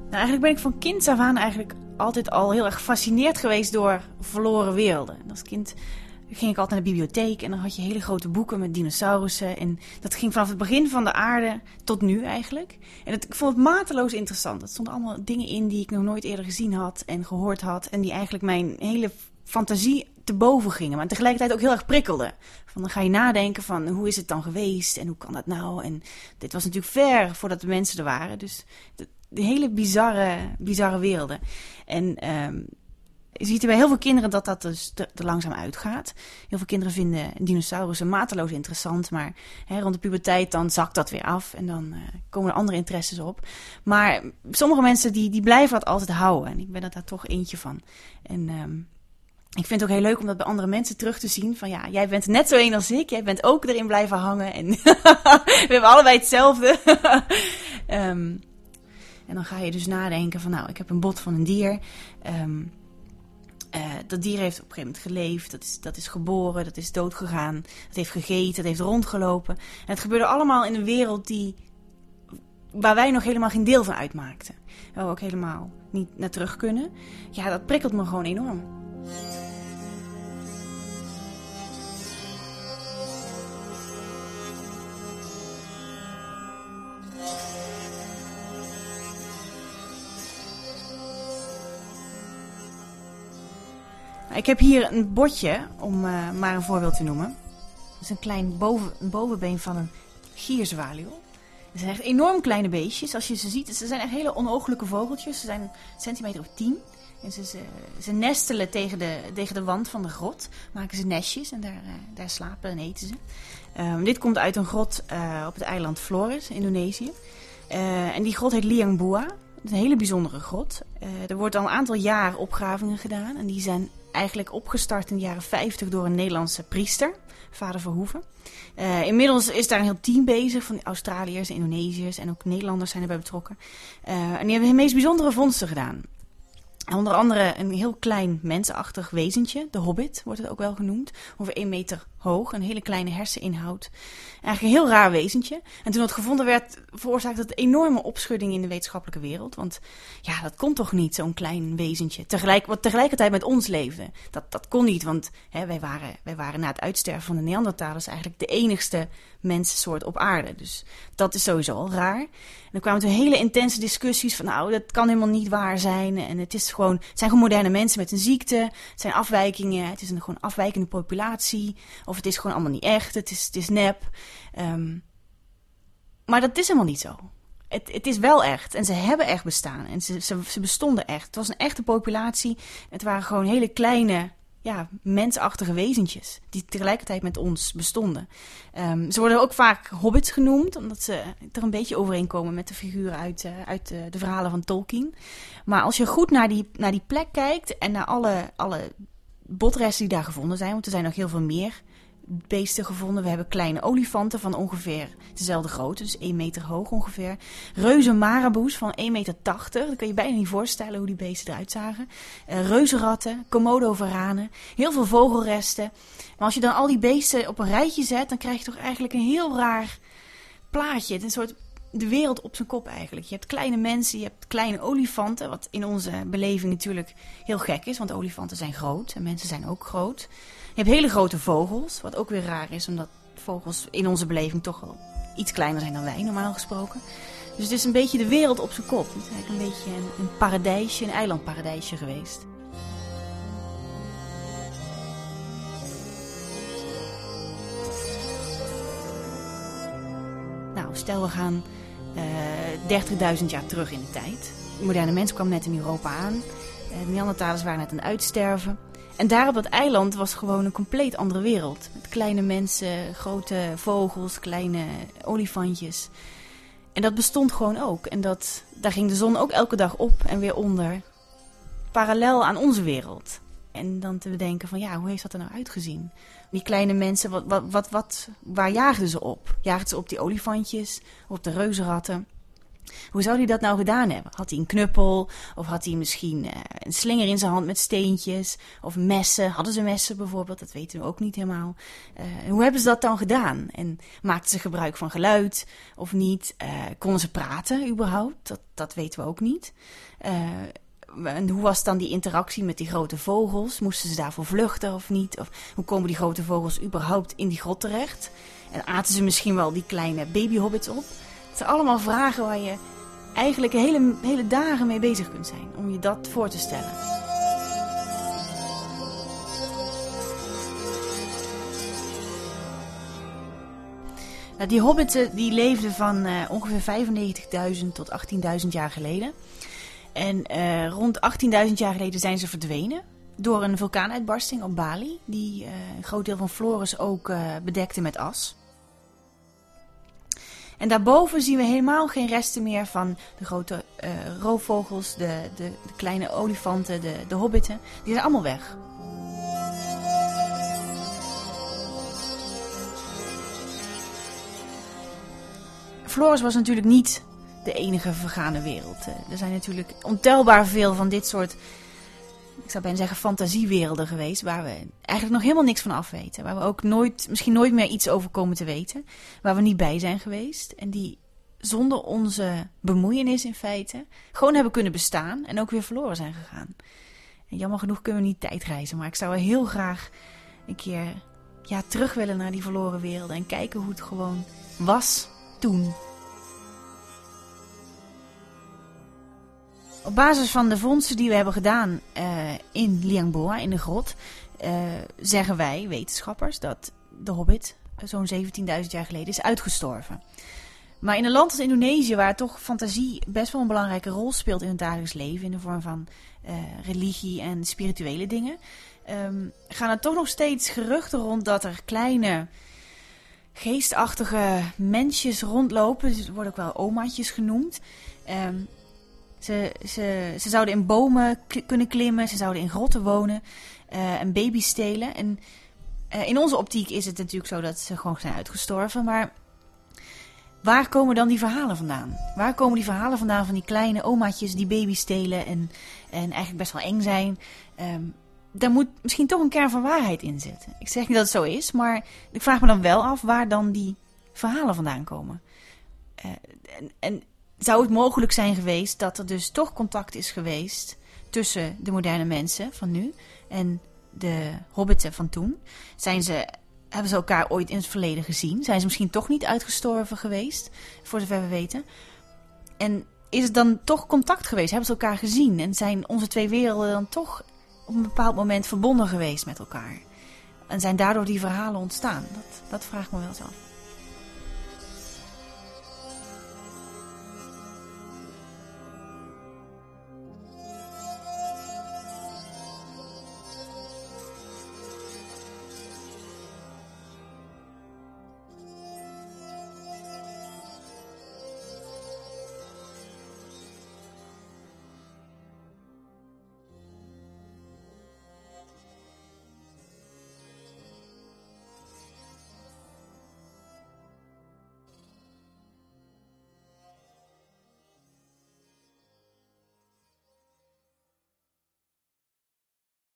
Nou, eigenlijk ben ik van kinds af aan eigenlijk altijd al heel erg gefascineerd geweest door verloren werelden. En als kind ging ik altijd naar de bibliotheek en dan had je hele grote boeken met dinosaurussen. En dat ging vanaf het begin van de aarde tot nu eigenlijk. En ik vond het mateloos interessant. Er stonden allemaal dingen in die ik nog nooit eerder gezien had en gehoord had. En die eigenlijk mijn hele fantasie te boven gingen, maar tegelijkertijd ook heel erg prikkelden. Van dan ga je nadenken van hoe is het dan geweest en hoe kan dat nou? En dit was natuurlijk ver voordat de mensen er waren. Dus de hele bizarre werelden. En je ziet er bij heel veel kinderen dat dus er langzaam uitgaat. Heel veel kinderen vinden dinosaurussen mateloos interessant, maar rond de puberteit dan zakt dat weer af en dan komen er andere interesses op. Maar sommige mensen die blijven dat altijd houden en ik ben er daar toch eentje van. En ik vind het ook heel leuk om dat bij andere mensen terug te zien. Van ja, jij bent net zo een als ik. Jij bent ook erin blijven hangen. En we hebben allebei hetzelfde. En dan ga je dus nadenken van nou, ik heb een bot van een dier. Dat dier heeft op een gegeven moment geleefd. Dat is geboren, dat is doodgegaan. Dat heeft gegeten, dat heeft rondgelopen. En het gebeurde allemaal in een wereld waar wij nog helemaal geen deel van uitmaakten. Waar we ook helemaal niet naar terug kunnen. Ja, dat prikkelt me gewoon enorm. Ik heb hier een botje, om maar een voorbeeld te noemen. Dat is een klein bovenbeen van een gierzwaluw. Het zijn echt enorm kleine beestjes. Als je ze ziet, ze zijn echt hele onooglijke vogeltjes. Ze zijn een centimeter of 10. En ze nestelen tegen de wand van de grot. Maken ze nestjes en daar slapen en eten ze. Dit komt uit een grot op het eiland Flores, Indonesië. En die grot heet Liang Bua. Het is een hele bijzondere grot. Er wordt al een aantal jaar opgravingen gedaan. En die zijn eigenlijk opgestart in de jaren 50 door een Nederlandse priester, vader Verhoeven. Inmiddels is daar een heel team bezig van Australiërs, Indonesiërs en ook Nederlanders zijn erbij betrokken. En die hebben de meest bijzondere vondsten gedaan. Onder andere een heel klein mensenachtig wezentje, de hobbit wordt het ook wel genoemd. Ongeveer 1 meter hoog, een hele kleine herseninhoud. Eigenlijk een heel raar wezentje. En toen dat gevonden werd, veroorzaakte dat enorme opschudding in de wetenschappelijke wereld. Want ja, dat kon toch niet, zo'n klein wezentje. Wat tegelijkertijd met ons leefde. Dat kon niet, want wij waren na het uitsterven van de Neandertalers eigenlijk de enigste mensensoort op aarde. Dus dat is sowieso al raar. En dan kwamen toen hele intense discussies van nou, dat kan helemaal niet waar zijn. En het zijn gewoon moderne mensen met een ziekte. Het zijn afwijkingen. Het is een gewoon afwijkende populatie. Of het is gewoon allemaal niet echt. Het is nep. Maar dat is helemaal niet zo. Het is wel echt. En ze hebben echt bestaan. En ze bestonden echt. Het was een echte populatie. Het waren gewoon hele kleine, mensachtige wezentjes. Die tegelijkertijd met ons bestonden. Ze worden ook vaak hobbits genoemd. Omdat ze er een beetje overeenkomen met de figuren uit de verhalen van Tolkien. Maar als je goed naar die plek kijkt. En naar alle botresten die daar gevonden zijn. Want er zijn nog heel veel meer beesten gevonden. We hebben kleine olifanten van ongeveer dezelfde grootte, dus 1 meter hoog ongeveer. Reuze maraboes van 1,80 meter. Dat kun je bijna niet voorstellen hoe die beesten eruit zagen. Reuzenratten, komodo-varanen, heel veel vogelresten. Maar als je dan al die beesten op een rijtje zet, dan krijg je toch eigenlijk een heel raar plaatje. Het is een soort de wereld op zijn kop eigenlijk. Je hebt kleine mensen, je hebt kleine olifanten, wat in onze beleving natuurlijk heel gek is, want olifanten zijn groot en mensen zijn ook groot. Je hebt hele grote vogels, wat ook weer raar is, omdat vogels in onze beleving toch wel iets kleiner zijn dan wij, normaal gesproken. Dus het is een beetje de wereld op zijn kop. Het is eigenlijk een beetje een paradijsje, een eilandparadijsje geweest. Nou, stel we gaan 30.000 jaar terug in de tijd. De moderne mens kwam net in Europa aan. De Neandertalers waren net aan het uitsterven. En daar op dat eiland was gewoon een compleet andere wereld. Met kleine mensen, grote vogels, kleine olifantjes. En dat bestond gewoon ook. En daar ging de zon ook elke dag op en weer onder. Parallel aan onze wereld. En dan te bedenken van hoe heeft dat er nou uitgezien? Die kleine mensen, waar jaagden ze op? Jaagden ze op die olifantjes, op de reuzenratten? Hoe zou hij dat nou gedaan hebben? Had hij een knuppel? Of had hij misschien een slinger in zijn hand met steentjes? Of messen? Hadden ze messen bijvoorbeeld? Dat weten we ook niet helemaal. Hoe hebben ze dat dan gedaan? En maakten ze gebruik van geluid of niet? Konden ze praten überhaupt? Dat weten we ook niet. En hoe was dan die interactie met die grote vogels? Moesten ze daarvoor vluchten of niet? Of hoe komen die grote vogels überhaupt in die grot terecht? En aten ze misschien wel die kleine babyhobbits op? Het zijn allemaal vragen waar je eigenlijk hele dagen mee bezig kunt zijn. Om je dat voor te stellen. Nou, die hobbiten die leefden van ongeveer 95.000 tot 18.000 jaar geleden. En rond 18.000 jaar geleden zijn ze verdwenen door een vulkaanuitbarsting op Bali. Die een groot deel van Flores ook bedekte met as. En daarboven zien we helemaal geen resten meer van de grote roofvogels, de kleine olifanten, de hobbiten. Die zijn allemaal weg. Flores was natuurlijk niet de enige vergane wereld. Er zijn natuurlijk ontelbaar veel van dit soort, ik zou bijna zeggen, fantasiewerelden geweest, waar we eigenlijk nog helemaal niks van af weten. Waar we ook misschien nooit meer iets over komen te weten. Waar we niet bij zijn geweest. En die zonder onze bemoeienis in feite gewoon hebben kunnen bestaan en ook weer verloren zijn gegaan. En jammer genoeg kunnen we niet tijdreizen, maar ik zou wel heel graag een keer terug willen naar die verloren werelden en kijken hoe het gewoon was toen. Op basis van de vondsten die we hebben gedaan in Liangboa, in de grot, zeggen wij, wetenschappers, dat de hobbit zo'n 17.000 jaar geleden is uitgestorven. Maar in een land als Indonesië, waar toch fantasie best wel een belangrijke rol speelt in het dagelijks leven, in de vorm van religie en spirituele dingen, gaan er toch nog steeds geruchten rond dat er kleine geestachtige mensjes rondlopen. Ze worden ook wel omaatjes genoemd. Ze zouden in bomen kunnen klimmen, ze zouden in grotten wonen en baby's stelen. En in onze optiek is het natuurlijk zo dat ze gewoon zijn uitgestorven. Maar waar komen dan die verhalen vandaan? Waar komen die verhalen vandaan van die kleine omaatjes die baby's stelen en eigenlijk best wel eng zijn? Daar moet misschien toch een kern van waarheid in zitten. Ik zeg niet dat het zo is, maar ik vraag me dan wel af waar dan die verhalen vandaan komen. En zou het mogelijk zijn geweest dat er dus toch contact is geweest tussen de moderne mensen van nu en de hobbiten van toen? Hebben ze elkaar ooit in het verleden gezien? Zijn ze misschien toch niet uitgestorven geweest, voor zover we weten? En is het dan toch contact geweest? Hebben ze elkaar gezien? En zijn onze twee werelden dan toch op een bepaald moment verbonden geweest met elkaar? En zijn daardoor die verhalen ontstaan? Dat vraag ik me wel eens af.